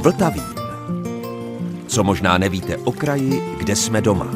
Vltavín. Co možná nevíte o kraji, kde jsme doma.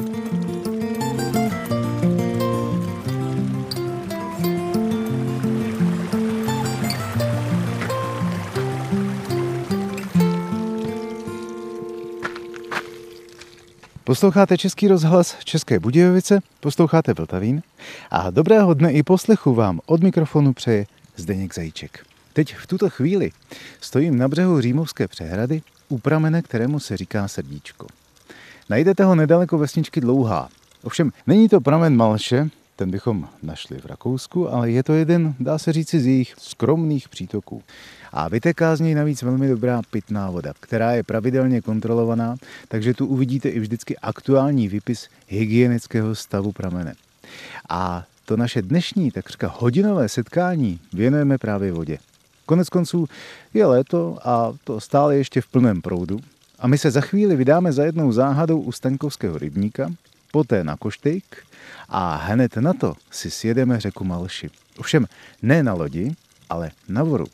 Posloucháte Český rozhlas České Budějovice, posloucháte Vltavín a dobrého dne i poslechu vám od mikrofonu přeje Zdeněk Zajíček. Teď v tuto chvíli stojím na břehu Římovské přehrady u pramene, kterému se říká Srdíčko. Najdete ho nedaleko vesničky Dlouhá. Ovšem, není to pramen Malše, ten bychom našli v Rakousku, ale je to jeden, dá se říci, z jejich skromných přítoků. A vyteká z něj navíc velmi dobrá pitná voda, která je pravidelně kontrolovaná, takže tu uvidíte i vždycky aktuální výpis hygienického stavu pramene. A to naše dnešní takřka hodinové setkání věnujeme právě vodě. Koneckonců je léto a to stále ještě v plném proudu. A my se za chvíli vydáme za jednou záhadou u Staňkovského rybníka, poté na Koštejk a hned na to si sjedeme řeku Malši. Ovšem ne na lodi, ale na voru.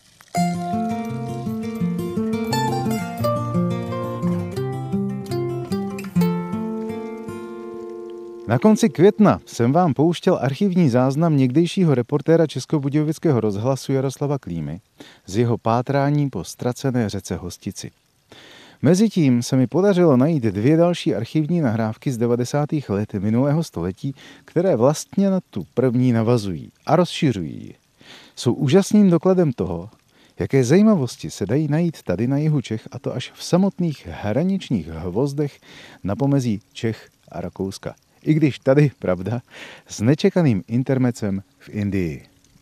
Na konci května jsem vám pouštěl archivní záznam někdejšího reportéra Českobudějovického rozhlasu Jaroslava Klímy z jeho pátrání po ztracené řece Hostici. Mezitím se mi podařilo najít 2 další archivní nahrávky z 90. let minulého století, které vlastně na tu první navazují a rozšiřují ji. Jsou úžasným dokladem toho, jaké zajímavosti se dají najít tady na jihu Čech, a to až v samotných hraničních hvozdech na pomezí Čech a Rakouska. I když tady, pravda, s nečekaným intermecem v Indii.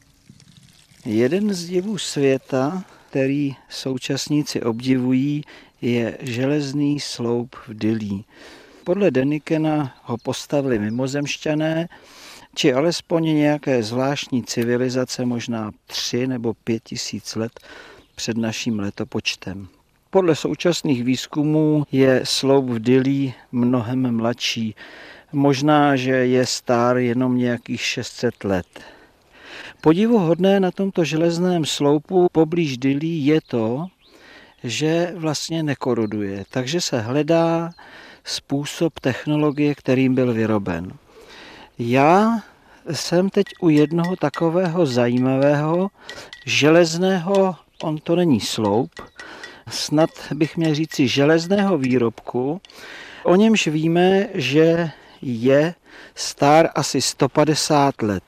Jeden z divů světa, který současníci obdivují, je železný sloup v Dillí. Podle Denikena ho postavili mimozemšťané, či alespoň nějaké zvláštní civilizace, možná 3 nebo 5 tisíc let před naším letopočtem. Podle současných výzkumů je sloup v Dillí mnohem mladší. Možná, že je star jenom nějakých 600 let. Podivuhodné na tomto železném sloupu poblíž Dillí je to, že vlastně nekoroduje, takže se hledá způsob technologie, kterým byl vyroben. Já jsem teď u jednoho takového zajímavého železného, on to není sloup, snad bych měl říci železného výrobku, o němž víme, že je star asi 150 let.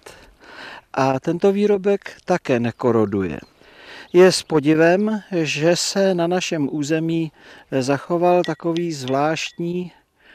A tento výrobek také nekoroduje. Je s podivem, že se na našem území zachoval takový zvláštní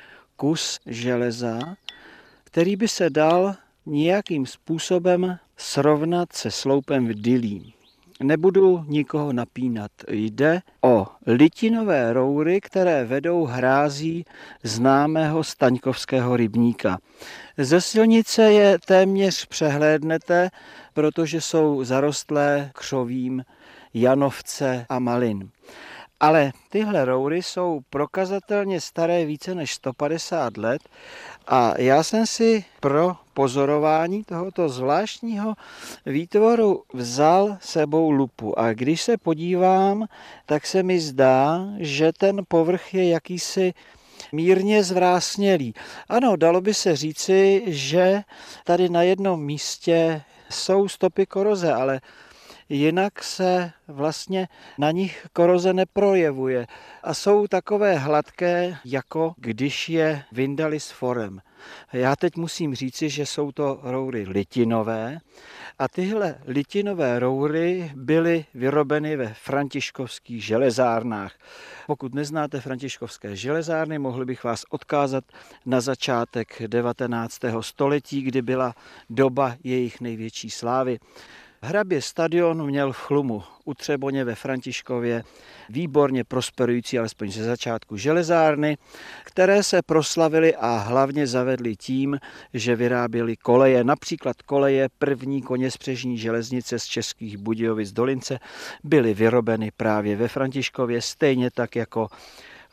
kus železa, který by se dal nějakým způsobem srovnat se sloupem v Dillí. Nebudu nikoho napínat. Jde o litinové roury, které vedou hrází známého Staňkovského rybníka. Ze silnice je téměř přehlédnete, protože jsou zarostlé křovím janovce a malin. Ale tyhle roury jsou prokazatelně staré více než 150 let a já jsem si pro pozorování tohoto zvláštního výtvoru vzal sebou lupu. A když se podívám, tak se mi zdá, že ten povrch je jakýsi mírně zvrásnělý. Ano, dalo by se říci, že tady na jednom místě jsou stopy koroze, ale jinak se vlastně na nich koroze neprojevuje a jsou takové hladké, jako když je vyndali s forem. Já teď musím říci, že jsou to roury litinové a tyhle litinové roury byly vyrobeny ve františkovských železárnách. Pokud neznáte františkovské železárny, mohli bych vás odkázat na začátek 19. století, kdy byla doba jejich největší slávy. Hrabě Stadion měl v Chlumu u Třeboně ve Františkově výborně prosperující, alespoň ze začátku, železárny, které se proslavily a hlavně zavedly tím, že vyráběly koleje. Například koleje první koněspřežní železnice z Českých Budějovic do Lince byly vyrobeny právě ve Františkově, stejně tak jako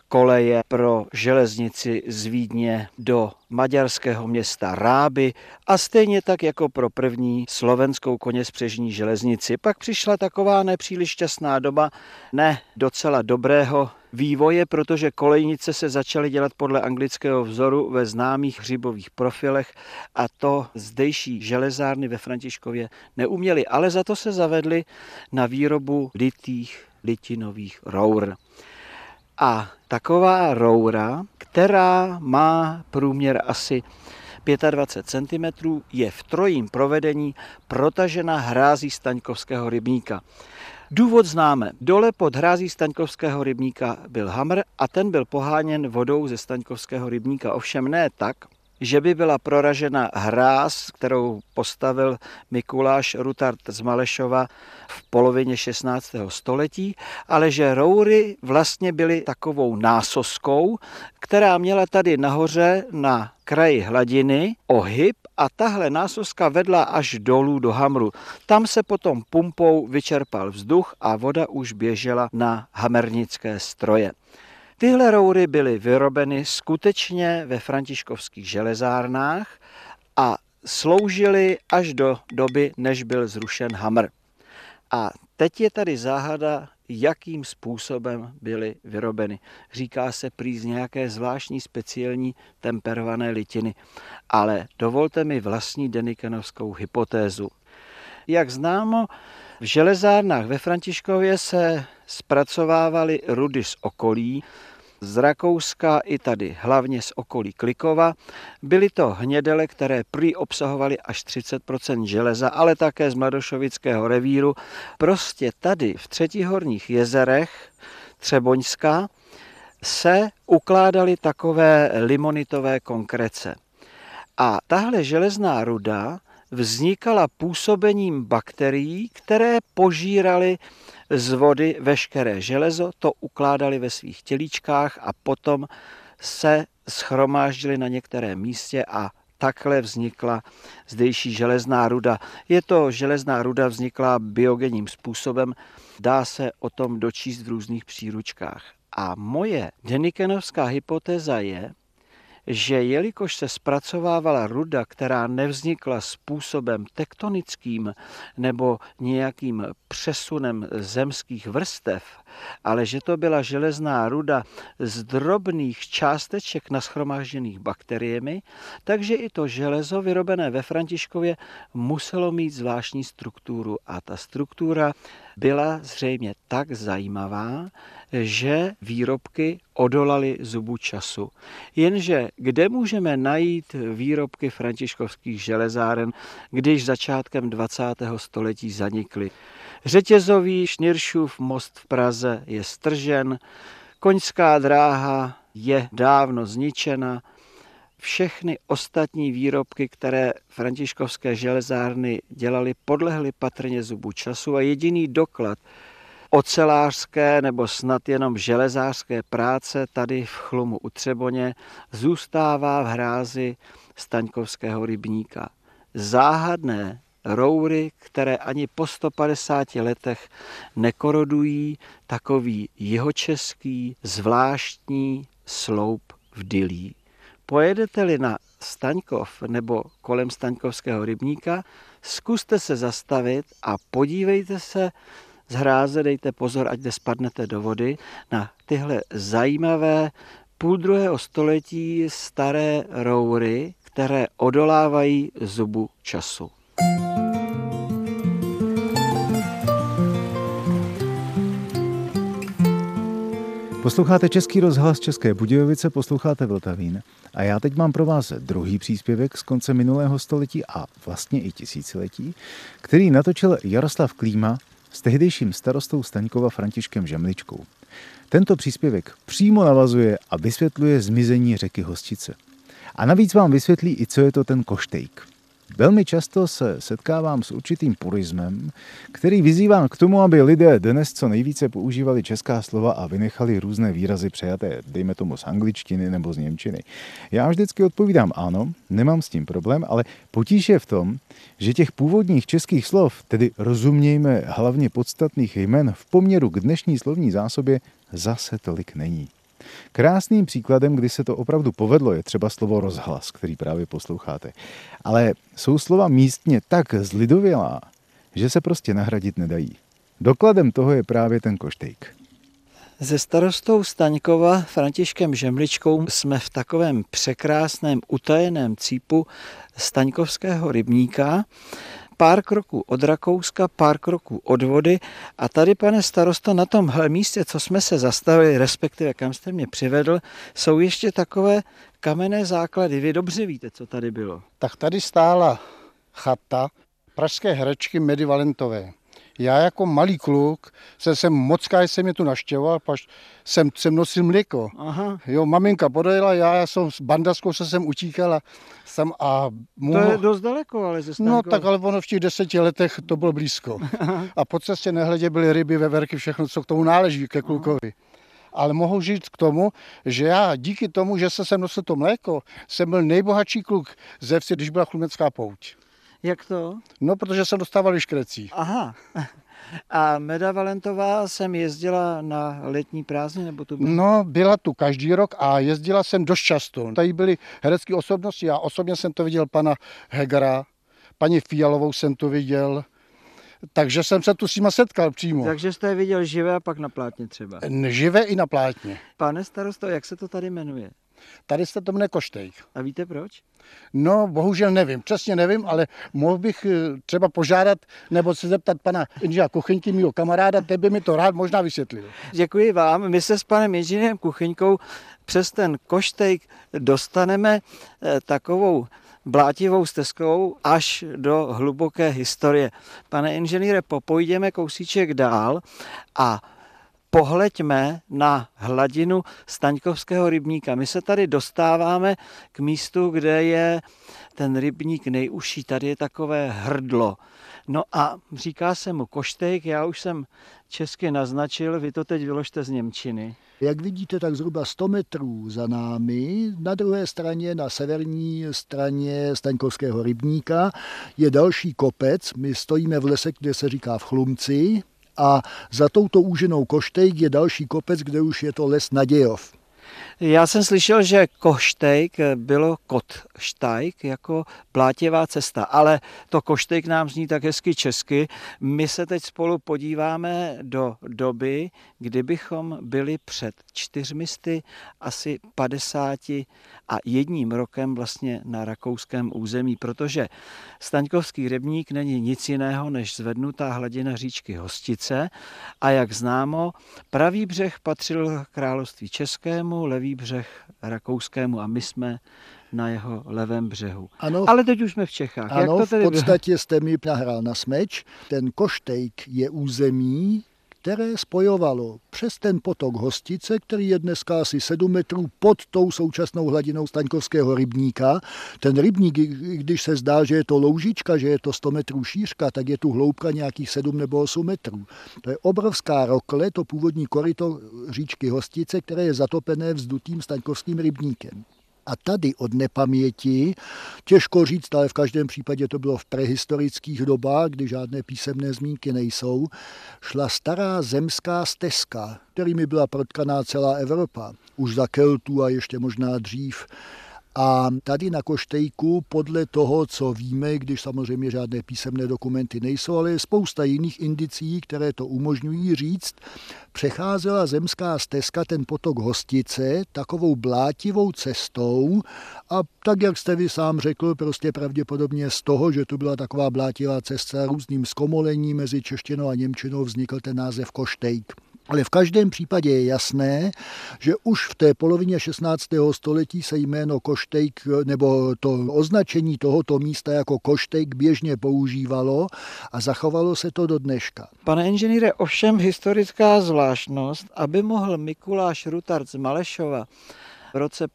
koleje pro železnici z Vídně do maďarského města Ráby a stejně tak jako pro první slovenskou koněspřežní železnici. Pak přišla taková nepříliš šťastná doba, ne docela dobrého vývoje, protože kolejnice se začaly dělat podle anglického vzoru ve známých hřibových profilech a to zdejší železárny ve Františkově neuměly, ale za to se zavedly na výrobu litinových rour. A taková roura, která má průměr asi 25 cm, je v trojím provedení protažena hrází Staňkovského rybníka. Důvod známe. Dole pod hrází Staňkovského rybníka byl hamr a ten byl poháněn vodou ze Staňkovského rybníka. Ovšem ne tak, že by byla proražena hráz, kterou postavil Mikuláš Rutard z Malešova v polovině 16. století, ale že roury vlastně byly takovou násoskou, která měla tady nahoře na kraji hladiny ohyb a tahle násoska vedla až dolů do hamru. Tam se potom pumpou vyčerpal vzduch a voda už běžela na hamernické stroje. Tyhle roury byly vyrobeny skutečně ve františkovských železárnách a sloužily až do doby, než byl zrušen hamr. A teď je tady záhada, jakým způsobem byly vyrobeny. Říká se prý z nějaké zvláštní speciální temperované litiny, ale dovolte mi vlastní denikenovskou hypotézu. Jak známo, v železárnách ve Františkově se zpracovávaly rudy z okolí, z Rakouska i tady, hlavně z okolí Klikova. Byly to hnědele, které prý obsahovaly až 30% železa, ale také z Mladošovického revíru. Prostě tady v Třetihorních jezerech Třeboňska se ukládaly takové limonitové konkrece. A tahle železná ruda vznikala působením bakterií, které požíraly z vody veškeré železo, to ukládali ve svých tělíčkách a potom se shromáždili na některém místě a takhle vznikla zdejší železná ruda. Je to železná ruda vzniklá biogenním způsobem, dá se o tom dočíst v různých příručkách. A moje denikenovská hypotéza je, že jelikož se zpracovávala ruda, která nevznikla způsobem tektonickým nebo nějakým přesunem zemských vrstev, ale že to byla železná ruda z drobných částeček nashromážděných bakteriemi, takže i to železo vyrobené ve Františkově muselo mít zvláštní strukturu a ta struktura byla zřejmě tak zajímavá, že výrobky odolaly zubu času. Jenže kde můžeme najít výrobky františkovských železáren, když začátkem 20. století zanikly? Řetězový Šniršův most v Praze je stržen, koňská dráha je dávno zničena, všechny ostatní výrobky, které františkovské železárny dělaly, podlehly patrně zubu času a jediný doklad ocelářské nebo snad jenom železářské práce tady v Chlumu u Třeboně zůstává v hrázi Staňkovského rybníka. Záhadné roury, které ani po 150 letech nekorodují, takový jihočeský zvláštní sloup v Dylí. Pojedete-li na Staňkov nebo kolem Staňkovského rybníka, zkuste se zastavit a podívejte se z hráze, dejte pozor, ať nespadnete do vody, na tyhle zajímavé půl druhého století staré roury, které odolávají zubu času. Posloucháte Český rozhlas České Budějovice, posloucháte Vltavín a já teď mám pro vás druhý příspěvek z konce minulého století a vlastně i tisíciletí, který natočil Jaroslav Klíma s tehdejším starostou Staňkova Františkem Žemličkou. Tento příspěvek přímo navazuje a vysvětluje zmizení řeky Hostice. A navíc vám vysvětlí i, co je to ten koštejk. Velmi často se setkávám s určitým purismem, který vyzývá k tomu, aby lidé dnes co nejvíce používali česká slova a vynechali různé výrazy přejaté, dejme tomu z angličtiny nebo z němčiny. Já vždycky odpovídám ano, nemám s tím problém, ale potíž je v tom, že těch původních českých slov, tedy rozumějme hlavně podstatných jmen, v poměru k dnešní slovní zásobě zase tolik není. Krásným příkladem, kdy se to opravdu povedlo, je třeba slovo rozhlas, který právě posloucháte. Ale jsou slova místně tak zlidovělá, že se prostě nahradit nedají. Dokladem toho je právě ten koštejk. Se starostou Staňkova Františkem Žemličkou jsme v takovém překrásném utajeném cípu Staňkovského rybníka. Pár kroků od Rakouska, pár kroků od vody a tady, pane starosto, na tomhle místě, co jsme se zastavili, respektive kam jste mě přivedl, jsou ještě takové kamenné základy. Vy dobře víte, co tady bylo. Tak tady stála chata pražské herečky Medy Valentové. Já jako malý kluk jsem mě tu navštěvoval, paž jsem nosil mléko. Aha. Jo, maminka podojela, já jsem s bandaskou jsem utíkala. To je dost daleko, ale ze Staňkova. No tak ale ono v těch 10 letech to bylo blízko. A po cestě nehledě byly ryby, veverky, všechno, co k tomu náleží, ke klukovi. Ale mohu říct k tomu, že já díky tomu, že jsem nosil to mléko, jsem byl nejbohatší kluk ze vsi, když byla Chlumecká pouť. Jak to? No, protože jsem dostával liškrecí. Aha. A Meda Valentová sem jezdila na letní prázdniny, nebo tu byla? No, byla tu každý rok a jezdila jsem dost často. Tady byly herecké osobnosti, já osobně jsem to viděl pana Hegera, paní Fialovou jsem to viděl, takže jsem se tu s nima setkal přímo. Takže jste je viděl živé a pak na plátně třeba? Živé i na plátně. Pane starosto, jak se to tady jmenuje? Tady se to jmenuje koštejk. A víte proč? No, bohužel nevím, přesně nevím, ale mohl bych třeba požádat nebo se zeptat pana inženýra Kuchyňky, mýho kamaráda, ten by mi to rád možná vysvětlil. Děkuji vám. My se s panem inženýrem Kuchyňkou přes ten koštejk dostaneme takovou blátivou stezkou až do hluboké historie. Pane inženýre, pojďme kousíček dál a pohleďme na hladinu Staňkovského rybníka. My se tady dostáváme k místu, kde je ten rybník nejužší. Tady je takové hrdlo. No a říká se mu koštejk, já už jsem česky naznačil, vy to teď vyložte z němčiny. Jak vidíte, tak zhruba 100 metrů za námi, na druhé straně, na severní straně Staňkovského rybníka, je další kopec. My stojíme v lese, kde se říká v Chlumci, a za touto úžinou koštejk je další kopec, kde už je to les Nadějov. Já jsem slyšel, že koštejk bylo kotštajk, jako blátěvá cesta, ale to koštejk nám zní tak hezky česky. My se teď spolu podíváme do doby, kdybychom byli před 451 rokem vlastně na rakouském území, protože Staňkovský rybník není nic jiného než zvednutá hladina říčky Hostice a jak známo, pravý břeh patřil království českému, levý břeh rakouskému a my jsme na jeho levém břehu. Ano, ale teď už jsme v Čechách. Ano, jak to tedy v podstatě jste mi nahrál na smeč. Ten koštejk je území, které spojovalo přes ten potok Hostice, který je dneska asi 7 metrů pod tou současnou hladinou Staňkovského rybníka. Ten rybník, když se zdá, že je to loužička, že je to 100 metrů šířka, tak je tu hloubka nějakých 7 nebo 8 metrů. To je obrovská rokle, to původní koryto říčky Hostice, které je zatopené vzdutým Staňkovským rybníkem. A tady od nepaměti, těžko říct, ale v každém případě to bylo v prehistorických dobách, kdy žádné písemné zmínky nejsou, šla stará zemská stezka, kterými byla protkaná celá Evropa, už za Keltů a ještě možná dřív. A tady na koštejku, podle toho, co víme, když samozřejmě žádné písemné dokumenty nejsou, ale je spousta jiných indicií, které to umožňují říct, přecházela zemská stezka, ten potok Hostice, takovou blátivou cestou a tak, jak jste vy sám řekl, prostě pravděpodobně z toho, že tu byla taková blátivá cesta různým zkomolením mezi češtinou a němčinou, vznikl ten název koštejk. Ale v každém případě je jasné, že už v té polovině 16. století se jméno koštejk nebo to označení tohoto místa jako koštejk běžně používalo a zachovalo se to do dneška. Pane inženýre, ovšem historická zvláštnost, aby mohl Mikuláš Rutart z Malešova v roce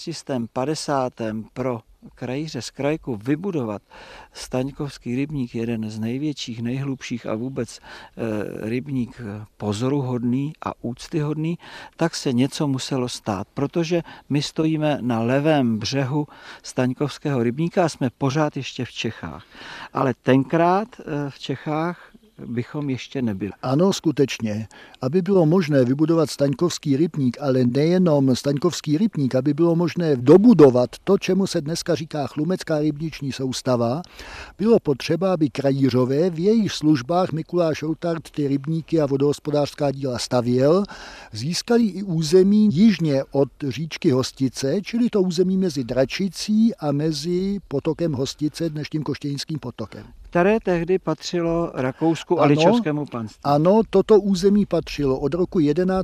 1550 pro krajíře z krajku vybudovat Staňkovský rybník, jeden z největších, nejhlubších a vůbec rybník pozoruhodný a úctyhodný, tak se něco muselo stát, protože my stojíme na levém břehu Staňkovského rybníka a jsme pořád ještě v Čechách. Ale tenkrát v Čechách bychom ještě nebyli. Ano, skutečně. Aby bylo možné vybudovat Staňkovský rybník, ale nejenom Staňkovský rybník, aby bylo možné dobudovat to, čemu se dneska říká chlumecká rybniční soustava, bylo potřeba, aby krajířové, v jejich službách Mikuláš Rutart ty rybníky a vodohospodářská díla stavěl, získali i území jižně od říčky Hostice, čili to území mezi Dračicí a mezi potokem Hostice, dnešním Koštěňským potokem. Které tehdy patřilo Rakousku a Ličovskému panství. Ano, toto území patřilo od roku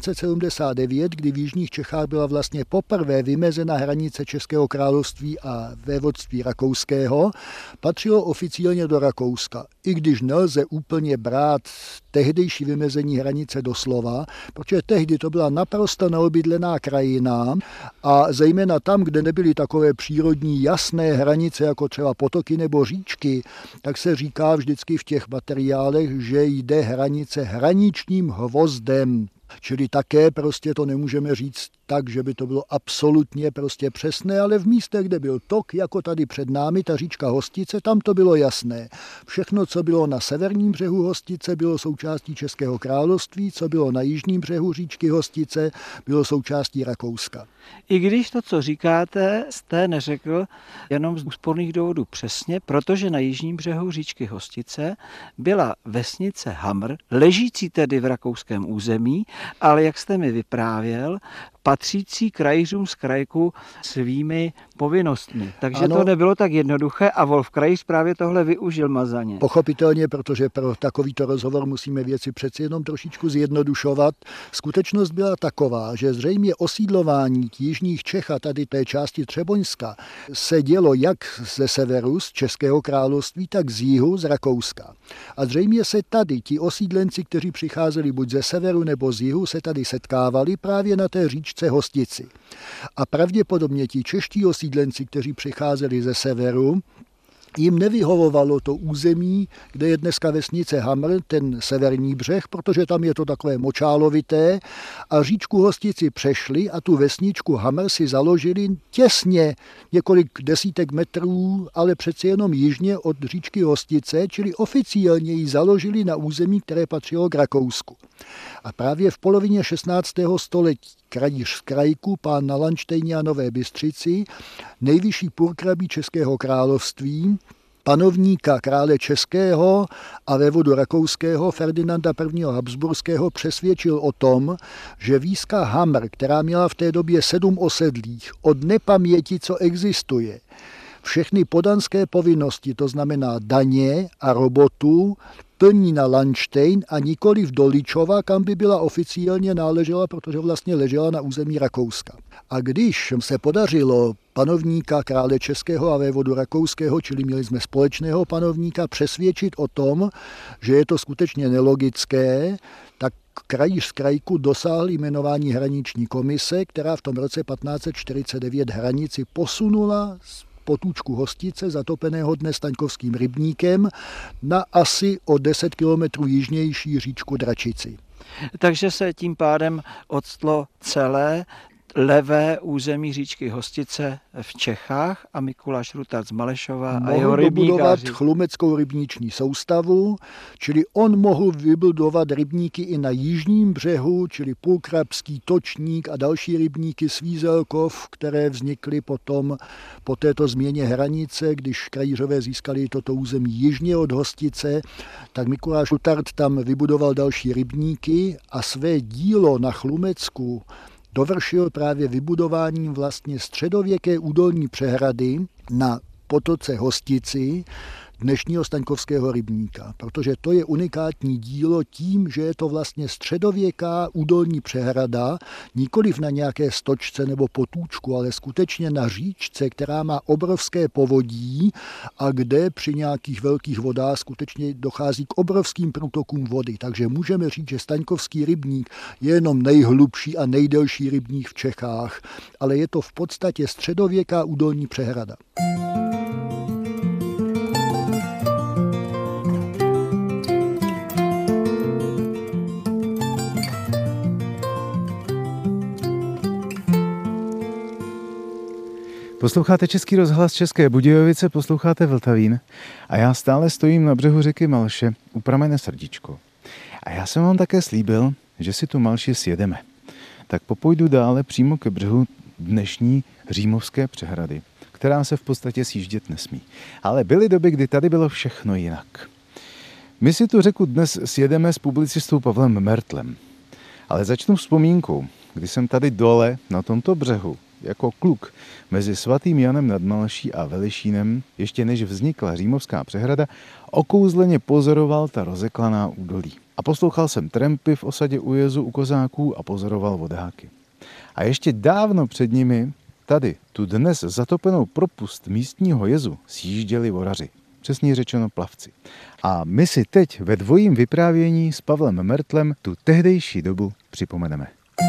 1179, kdy v jižních Čechách byla vlastně poprvé vymezena hranice Českého království a vévodství rakouského, patřilo oficiálně do Rakouska. I když nelze úplně brát tehdejší vymezení hranice doslova, protože tehdy to byla naprosto neobydlená krajina a zejména tam, kde nebyly takové přírodní jasné hranice, jako třeba potoky nebo říčky, tak se říká vždycky v těch materiálech, že jde hranice hraničním hvozdem. Čili také prostě to nemůžeme říct tak, že by to bylo absolutně prostě přesné, ale v místech, kde byl tok, jako tady před námi, ta říčka Hostice, tam to bylo jasné. Všechno, co bylo na severním břehu Hostice, bylo součástí Českého království, co bylo na jižním břehu říčky Hostice, bylo součástí Rakouska. I když to, co říkáte, jste neřekl jenom z úsporných důvodů přesně, protože na jižním břehu říčky Hostice byla vesnice Hamr, ležící tedy v rakouském území, ale jak jste mi vyprávěl, patřící krajířům z krajku svými povinnostmi. Takže ano, to nebylo tak jednoduché a Wolf Krajýř právě tohle využil mazaně. Pochopitelně, protože pro takovýto rozhovor musíme věci přeci jenom trošičku zjednodušovat. Skutečnost byla taková, že zřejmě osídlování jižních Čech a tady té části Třeboňska se dělo jak ze severu, z Českého království, tak z jihu, z Rakouska. A zřejmě se tady ti osídlenci, kteří přicházeli buď ze severu nebo z jihu, se tady setkávali právě na té říčce Hostici. A pravděpodobně ti čeští osídlenci, kteří přicházeli ze severu, jim nevyhovovalo to území, kde je dneska vesnice Hamr, ten severní břeh, protože tam je to takové močálovité a říčku Hostici přešli a tu vesničku Hamr si založili těsně několik desítek metrů, ale přeci jenom jižně od říčky Hostice, čili oficiálně ji založili na území, které patřilo k Rakousku. A právě v polovině 16. století krajýř z Krajku, pán na Landštejně a Nové Bystřici, nejvyšší purkrabí Českého království, panovníka krále českého a vévodu rakouského Ferdinanda I. Habsburského přesvědčil o tom, že výska Hamr, která měla v té době 7 osedlých, od nepaměti, co existuje, všechny podanské povinnosti, to znamená daně a robotu, plní na Landštejn a nikoliv do Ličova, kam by byla oficiálně náležela, protože vlastně ležela na území Rakouska. A když se podařilo panovníka krále českého a vévodu rakouského, čili měli jsme společného panovníka, přesvědčit o tom, že je to skutečně nelogické, tak krajýř z Krajku dosáhl jmenování hraniční komise, která v tom roce 1549 hranici posunula z potůčku Hostice, zatopeného dnes Staňkovským rybníkem, na asi o 10 kilometrů jižnější říčku Dračici. Takže se tím pádem odstlo celé levé území říčky Hostice v Čechách a Mikuláš Rutart z Malešova a jeho rybníkáři. Mohl dobudovat chlumeckou rybniční soustavu, čili on mohl vybudovat rybníky i na jižním břehu, čili Půlkrabský, Točník a další rybníky Svízelkov, které vznikly potom po této změně hranice, když krajířové získali toto území jižně od Hostice, tak Mikuláš Rutart tam vybudoval další rybníky a své dílo na Chlumecku dovršil právě vybudováním vlastně středověké údolní přehrady na potoce Hostici, dnešního Staňkovského rybníka, protože to je unikátní dílo tím, že je to vlastně středověká údolní přehrada, nikoliv na nějaké stočce nebo potůčku, ale skutečně na říčce, která má obrovské povodí a kde při nějakých velkých vodách skutečně dochází k obrovským průtokům vody. Takže můžeme říct, že Staňkovský rybník je jenom nejhlubší a nejdelší rybník v Čechách, ale je to v podstatě středověká údolní přehrada. Posloucháte Český rozhlas České Budějovice, posloucháte Vltavín a já stále stojím na břehu řeky Malše u pramene Srdíčko. A já jsem vám také slíbil, že si tu Malši sjedeme. Tak popojdu dále přímo ke břehu dnešní Římovské přehrady, která se v podstatě sjíždět nesmí. Ale byly doby, kdy tady bylo všechno jinak. My si tu řeku dnes sjedeme s publicistou Pavlem Mertlem. Ale začnu vzpomínkou, kdy jsem tady dole na tomto břehu jako kluk mezi svatým Janem nad Malší a Velišínem, ještě než vznikla Římovská přehrada, okouzleně pozoroval ta rozeklaná údolí. A poslouchal jsem trampy v osadě u jezu u kozáků a pozoroval vodáky. A ještě dávno před nimi tady, tu dnes zatopenou propust místního jezu, sjížděli voraři. Přesně řečeno plavci. A my si teď ve dvojím vyprávění s Pavlem Mertlem tu tehdejší dobu připomeneme.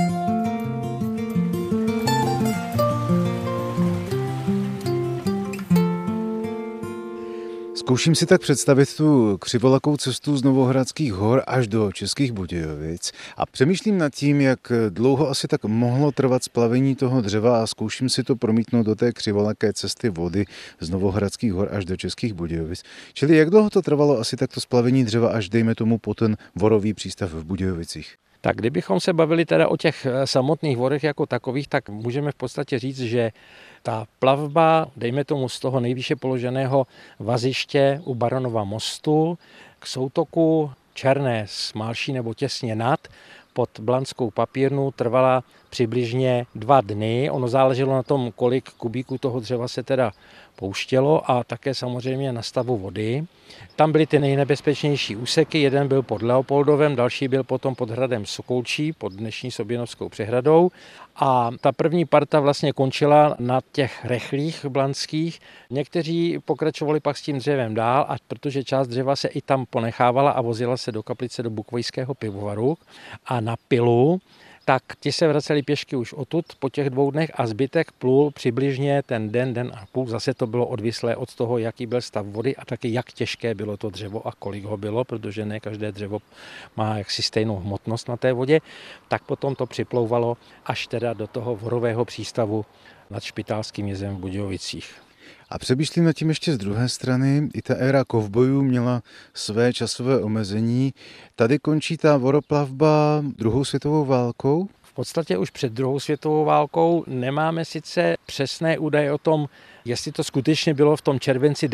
Zkouším si tak představit tu křivolakou cestu z Novohradských hor až do Českých Budějovic a přemýšlím nad tím, jak dlouho asi tak mohlo trvat splavení toho dřeva a zkouším si to promítnout do té křivolaké cesty vody z Novohradských hor až do Českých Budějovic. Čili jak dlouho to trvalo asi takto splavení dřeva až dejme tomu po ten vorový přístav v Budějovicích? Tak kdybychom se bavili teda o těch samotných vodech jako takových, tak můžeme v podstatě říct, že ta plavba, dejme tomu z toho nejvýše položeného vaziště u Baronova mostu k soutoku Černé z Malší nebo těsně nad pod Blanskou papírnu trvala přibližně 2 dny. Ono záleželo na tom, kolik kubíků toho dřeva se teda pouštělo a také samozřejmě na stavu vody. Tam byly ty nejnebezpečnější úseky, jeden byl pod Leopoldovem, další byl potom pod hradem Sokolčí, pod dnešní Soběnovskou přehradou a ta první parta vlastně končila na těch rechlých blanských. Někteří pokračovali pak s tím dřevem dál, a protože část dřeva se i tam ponechávala a vozila se do kaplice do Bukvojského pivovaru a na Pilu, tak ti se vraceli pěšky už odtud po těch 2 dnech a zbytek plul přibližně ten den a půl. Zase to bylo odvislé od toho, jaký byl stav vody a taky jak těžké bylo to dřevo a kolik ho bylo, protože ne každé dřevo má jaksi stejnou hmotnost na té vodě. Tak potom to připlouvalo až teda do toho vorového přístavu nad Špitálským jezem v Budějovicích. A přemýšlím nad tím ještě z druhé strany, i ta éra kovbojů měla své časové omezení. Tady končí ta voroplavba 2. světovou válkou? V podstatě už před 2. světovou válkou nemáme sice přesné údaje o tom, jestli to skutečně bylo v tom červenci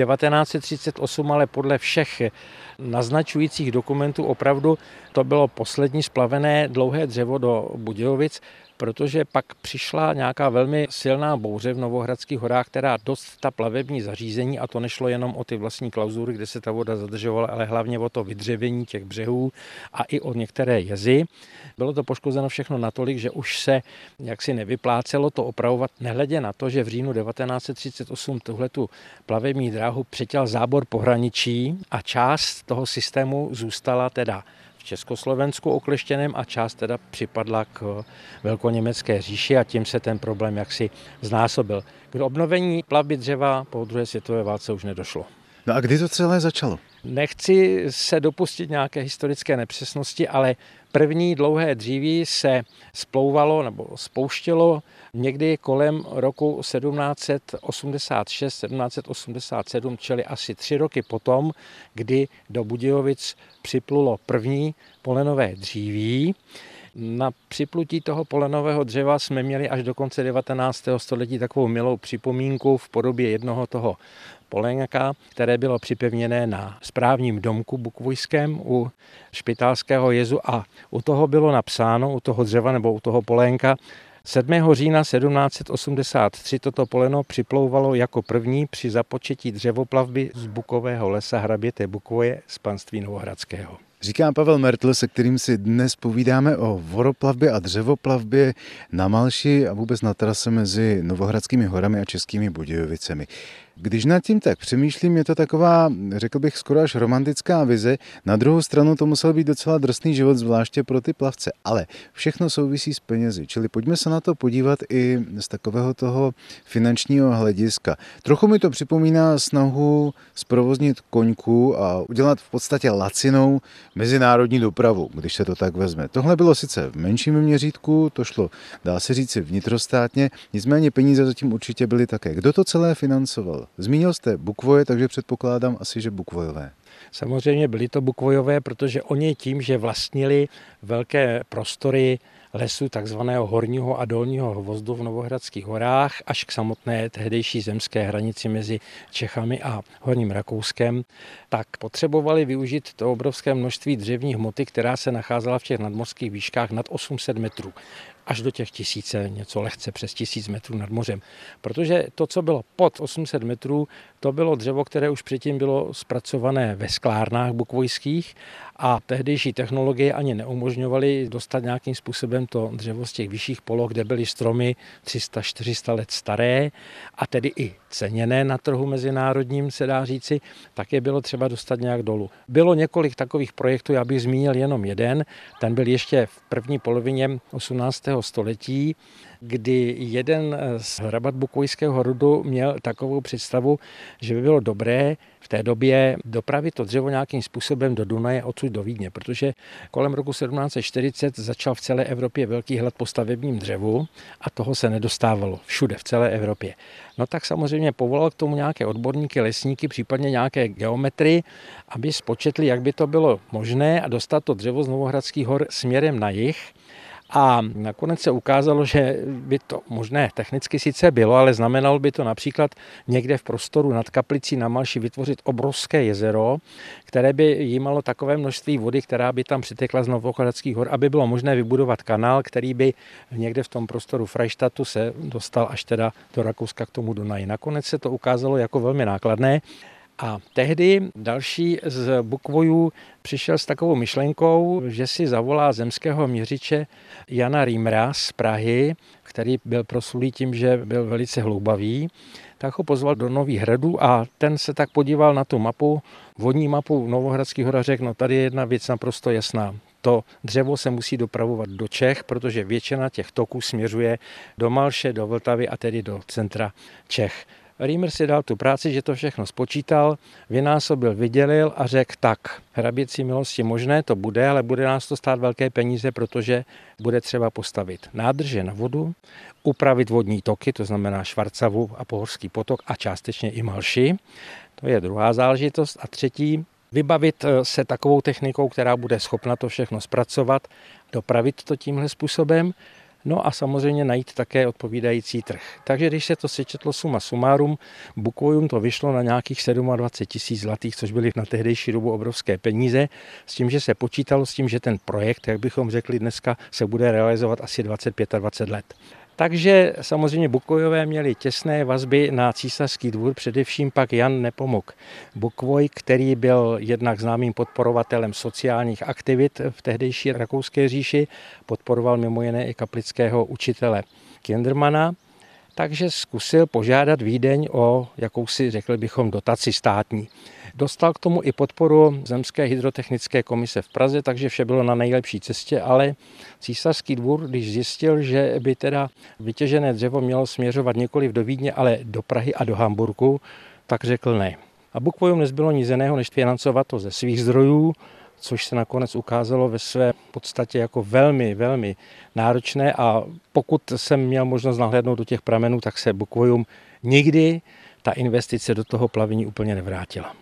1938, ale podle všech naznačujících dokumentů opravdu to bylo poslední splavené dlouhé dřevo do Budějovic, protože pak přišla nějaká velmi silná bouře v Novohradských horách, která dost ta plavební zařízení, a to nešlo jenom o ty vlastní klauzury, kde se ta voda zadržovala, ale hlavně o to vydřevění těch břehů a i o některé jezy. Bylo to poškozeno všechno natolik, že už se jaksi nevyplácelo to opravovat, nehledě na to, že v říjnu 1938 tuhletu plavební dráhu přetěl zábor pohraničí a část toho systému zůstala teda v Československu okleštěném a část teda připadla k Velkoněmecké říši a tím se ten problém jaksi znásobil. K obnovení plavby dřeva po 2. světové válce už nedošlo. No a kdy to celé začalo? Nechci se dopustit nějaké historické nepřesnosti, ale první dlouhé dříví se splouvalo nebo spouštělo někdy kolem roku 1786-1787, čili asi 3 roky potom, kdy do Budějovic připlulo první polenové dříví. Na připlutí toho polenového dřeva jsme měli až do konce 19. století takovou milou připomínku v podobě jednoho toho polénka, které bylo připevněné na správním domku bukvojském u Špitálského jezu a u toho bylo napsáno, u toho dřeva nebo u toho polénka, 7. října 1783 toto poleno připlouvalo jako první při započetí dřevoplavby z Bukového lesa hraběte Bukvoje z panství Novohradského. Říká Pavel Mertl, se kterým si dnes povídáme o voroplavbě a dřevoplavbě na Malši a vůbec na trase mezi Novohradskými horami a Českými Budějovicemi. Když nad tím tak přemýšlím, je to taková, řekl bych, skoro až romantická vize. Na druhou stranu to musel být docela drsný život, zvláště pro ty plavce. Ale všechno souvisí s penězi, čili pojďme se na to podívat i z takového toho finančního hlediska. Trochu mi to připomíná snahu zprovoznit koňku a udělat v podstatě lacinou mezinárodní dopravu, když se to tak vezme. Tohle bylo sice v menším měřítku, to šlo, dá se říci, vnitrostátně, nicméně peníze zatím určitě byly také. Kdo to celé financoval? Zmínil jste Bukvoje, takže předpokládám asi, že Bukvojové. Samozřejmě byli to Bukvojové, protože oni tím, že vlastnili velké prostory lesu takzvaného horního a dolního hvozdu v Novohradských horách až k samotné tehdejší zemské hranici mezi Čechami a Horním Rakouskem, tak potřebovali využít to obrovské množství dřevní hmoty, která se nacházela v těch nadmořských výškách nad 800 metrů. Až do těch 1000, něco lehce přes 1000 metrů nad mořem. Protože to, co bylo pod 800 metrů, to bylo dřevo, které už předtím bylo zpracované ve sklárnách bukvojských a tehdejší technologie ani neumožňovaly dostat nějakým způsobem to dřevo z těch vyšších poloh, kde byly stromy 300-400 let staré a tedy i ceněné na trhu mezinárodním, se dá říci, tak je bylo třeba dostat nějak dolů. Bylo několik takových projektů, já bych zmínil jenom jeden, ten byl ještě v první polovině 18. století, kdy jeden z hrabat bukvojského rodu měl takovou představu, že by bylo dobré v té době dopravit to dřevo nějakým způsobem do Dunaje odsud do Vídně, protože kolem roku 1740 začal v celé Evropě velký hlad po stavebním dřevu a toho se nedostávalo všude v celé Evropě. No tak samozřejmě povolal k tomu nějaké odborníky, lesníky, případně nějaké geometry, aby spočetli, jak by to bylo možné a dostat to dřevo z Novohradských hor směrem na jih. A nakonec se ukázalo, že by to možné technicky sice bylo, ale znamenalo by to například někde v prostoru nad Kaplicí na Malši vytvořit obrovské jezero, které by jímalo takové množství vody, která by tam přitekla z Novohradských hor, aby bylo možné vybudovat kanál, který by někde v tom prostoru Freistatu se dostal až teda do Rakouska k tomu Dunaji. Nakonec se to ukázalo jako velmi nákladné. A tehdy další z Bukvojů přišel s takovou myšlenkou, že si zavolá zemského měřiče Jana Rýmra z Prahy, který byl proslulý tím, že byl velice hloubavý, tak ho pozval do Nových Hradů a ten se tak podíval na tu mapu, vodní mapu Novohradských hor a řekl, no tady je jedna věc naprosto jasná. To dřevo se musí dopravovat do Čech, protože většina těch toků směřuje do Malše, do Vltavy a tedy do centra Čech. Rýmer si dal tu práci, že to všechno spočítal, vynásobil, vydělil a řekl tak, hraběcí milosti možné to bude, ale bude nás to stát velké peníze, protože bude třeba postavit nádrže na vodu, upravit vodní toky, to znamená Švarcavu a Pohorský potok a částečně i Malši. To je druhá záležitost. A třetí, vybavit se takovou technikou, která bude schopna to všechno zpracovat, dopravit to tímhle způsobem. No a samozřejmě najít také odpovídající trh. Takže když se to sečetlo suma sumárum, Bukvojům to vyšlo na nějakých 27 000 zlatých, což byly na tehdejší dobu obrovské peníze, s tím, že se počítalo s tím, že ten projekt, jak bychom řekli dneska, se bude realizovat asi 25 let. Takže samozřejmě Bukvojové měli těsné vazby na císařský dvůr, především pak Jan Nepomuk Bukvoj, který byl jednak známým podporovatelem sociálních aktivit v tehdejší Rakouské říši, podporoval mimo jiné i kaplického učitele Kindermana, takže zkusil požádat Vídeň o jakousi, řekli bychom, dotaci státní. Dostal k tomu i podporu Zemské hydrotechnické komise v Praze, takže vše bylo na nejlepší cestě, ale císařský dvůr, když zjistil, že by teda vytěžené dřevo mělo směřovat nikoliv do Vídně, ale do Prahy a do Hamburku, tak řekl ne. A Bukvojům nezbylo nic jiného, než financovat to ze svých zdrojů, což se nakonec ukázalo ve své podstatě jako velmi, velmi náročné a pokud jsem měl možnost nahlédnout do těch pramenů, tak se Bukvojům nikdy ta investice do toho plavení úplně nevrátila.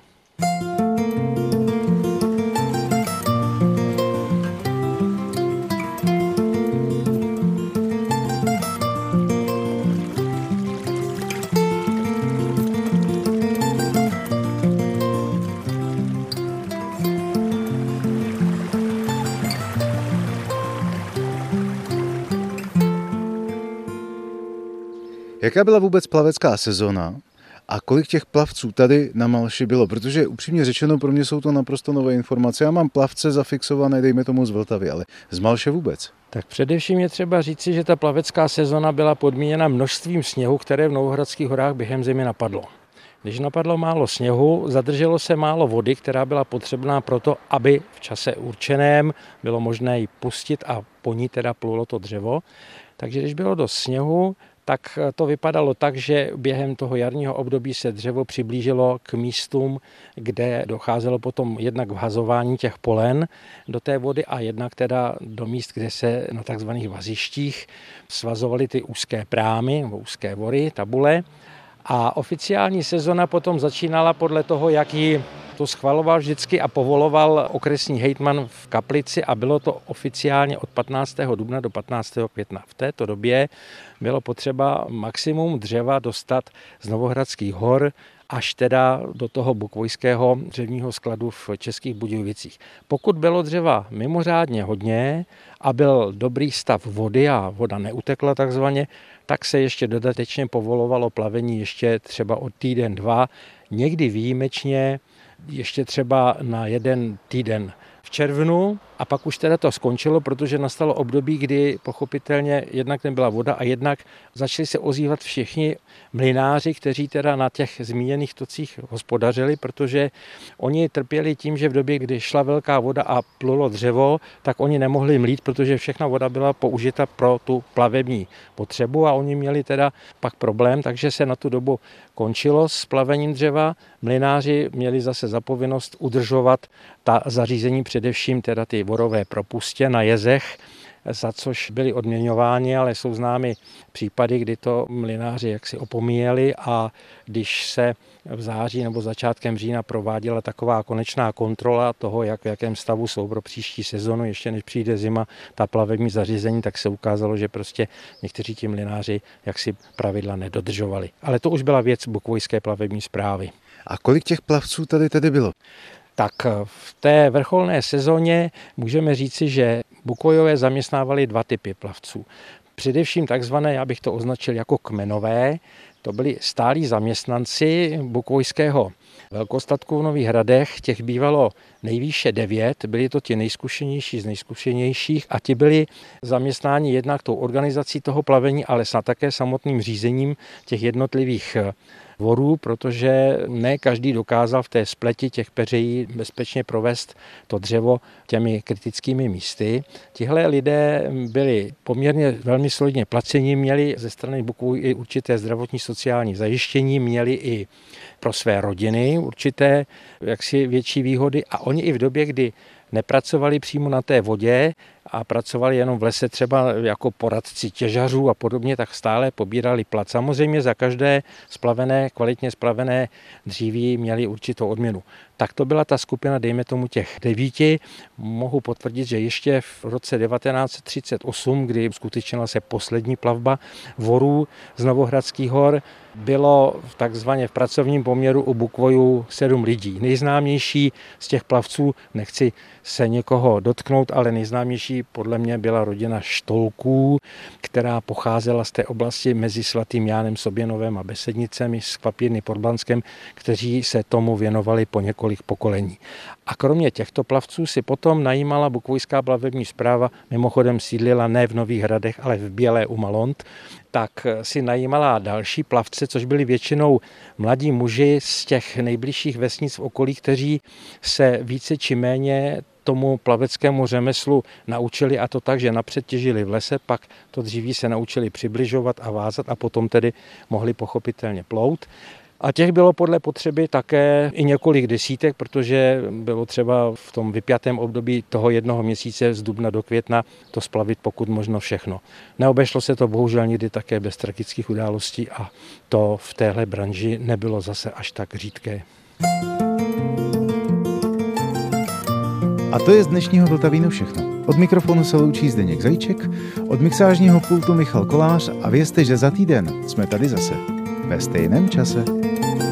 Jaká byla vůbec plavecká sezona a kolik těch plavců tady na Malši bylo? Protože upřímně řečeno, pro mě jsou to naprosto nové informace. Já mám plavce zafixované, dejme tomu z Vltavy, ale z Malše vůbec. Tak především je třeba říci, že ta plavecká sezona byla podmíněna množstvím sněhu, které v Novohradských horách během zimy napadlo. Když napadlo málo sněhu, zadrželo se málo vody, která byla potřebná pro to, aby v čase určeném bylo možné ji pustit a po ní teda plulo to dřevo. Takže když bylo dost sněhu, tak to vypadalo tak, že během toho jarního období se dřevo přiblížilo k místům, kde docházelo potom jednak vhazování těch polen do té vody a jednak teda do míst, kde se na takzvaných vazištích svazovaly ty úzké prámy nebo úzké vory, tabule. A oficiální sezona potom začínala podle toho, jak ji to schvaloval vždycky a povoloval okresní hejtman v Kaplici a bylo to oficiálně od 15. dubna do 15. května. V této době bylo potřeba maximum dřeva dostat z Novohradských hor až teda do toho bukvojského dřevního skladu v Českých Budějovicích. Pokud bylo dřeva mimořádně hodně a byl dobrý stav vody a voda neutekla takzvaně, tak se ještě dodatečně povolovalo plavení ještě třeba o týden, dva, někdy výjimečně ještě třeba na 1 týden v červnu a pak už teda to skončilo, protože nastalo období, kdy pochopitelně jednak nebyla voda a jednak začali se ozývat všichni mlynáři, kteří teda na těch zmíněných tocích hospodařili, protože oni trpěli tím, že v době, kdy šla velká voda a plulo dřevo, tak oni nemohli mlít, protože všechna voda byla použita pro tu plavební potřebu a oni měli teda pak problém, takže se na tu dobu končilo s plavením dřeva. Mlynáři měli zase za povinnost udržovat ta zařízení, především teda ty vorové propustě na jezech, za což byli odměňováni, ale jsou známy případy, kdy to mlynáři jaksi opomíjeli a když se v září nebo začátkem října prováděla taková konečná kontrola toho, v jakém stavu jsou pro příští sezonu, ještě než přijde zima, ta plavební zařízení, tak se ukázalo, že prostě někteří ti mlynáři jaksi pravidla nedodržovali. Ale to už byla věc bukvojské plavební správy. A kolik těch plavců tady tedy bylo? Tak v té vrcholné sezóně můžeme říci, že Bukvojové zaměstnávali 2 typy plavců. Především takzvané, já bych to označil jako kmenové, to byli stálí zaměstnanci bukvojského velkostatku v Nových Hradech, těch bývalo nejvýše 9, byli to ti nejzkušenější z nejzkušenějších a ti byli zaměstnáni jednak tou organizací toho plavení, ale snad také samotným řízením těch jednotlivých vorů, protože ne každý dokázal v té spleti těch peřejí bezpečně provést to dřevo těmi kritickými místy. Tihle lidé byli poměrně velmi solidně placeni, měli ze strany Bukvů i určité zdravotní sociální zajištění, měli i pro své rodiny určité jaksi větší výhody a oni i v době, kdy nepracovali přímo na té vodě a pracovali jenom v lese třeba jako poradci těžařů a podobně, tak stále pobírali plat. Samozřejmě za každé kvalitně splavené dříví měli určitou odměnu. Tak to byla ta skupina, dejme tomu těch 9. Mohu potvrdit, že ještě v roce 1938, kdy skutečnila se poslední plavba vorů z Novohradských hor, bylo takzvaně v pracovním poměru u Bukvojů 7 lidí. Nejznámější z těch plavců, nechci se někoho dotknout, ale nejznámější podle mě byla rodina Štolků, která pocházela z té oblasti mezi Svatým Jánem Soběnovem a Besednicemi z Kvapírny pod Blanskem, kteří se tomu věnovali po několik pokolení. A kromě těchto plavců si potom najímala Bukvojská plavební správa, mimochodem sídlila ne v Nových Hradech, ale v Bělé u Malont, tak si najímala další plavce, což byli většinou mladí muži z těch nejbližších vesnic v okolí, kteří se více či méně tomu plaveckému řemeslu naučili a to tak, že napřed těžili v lese, pak to dříví se naučili přibližovat a vázat a potom tedy mohli pochopitelně plout. A těch bylo podle potřeby také i několik desítek, protože bylo třeba v tom vypjatém období toho 1 měsíce z dubna do května to splavit pokud možno všechno. Neobešlo se to bohužel nikdy také bez tragických událostí a to v téhle branži nebylo zase až tak řídké. A to je z dnešního Vltavínu všechno. Od mikrofonu se loučí Zdeněk Zajíček, od mixážního pultu Michal Kolář a vězte, že za týden jsme tady zase. Ve stejném čase.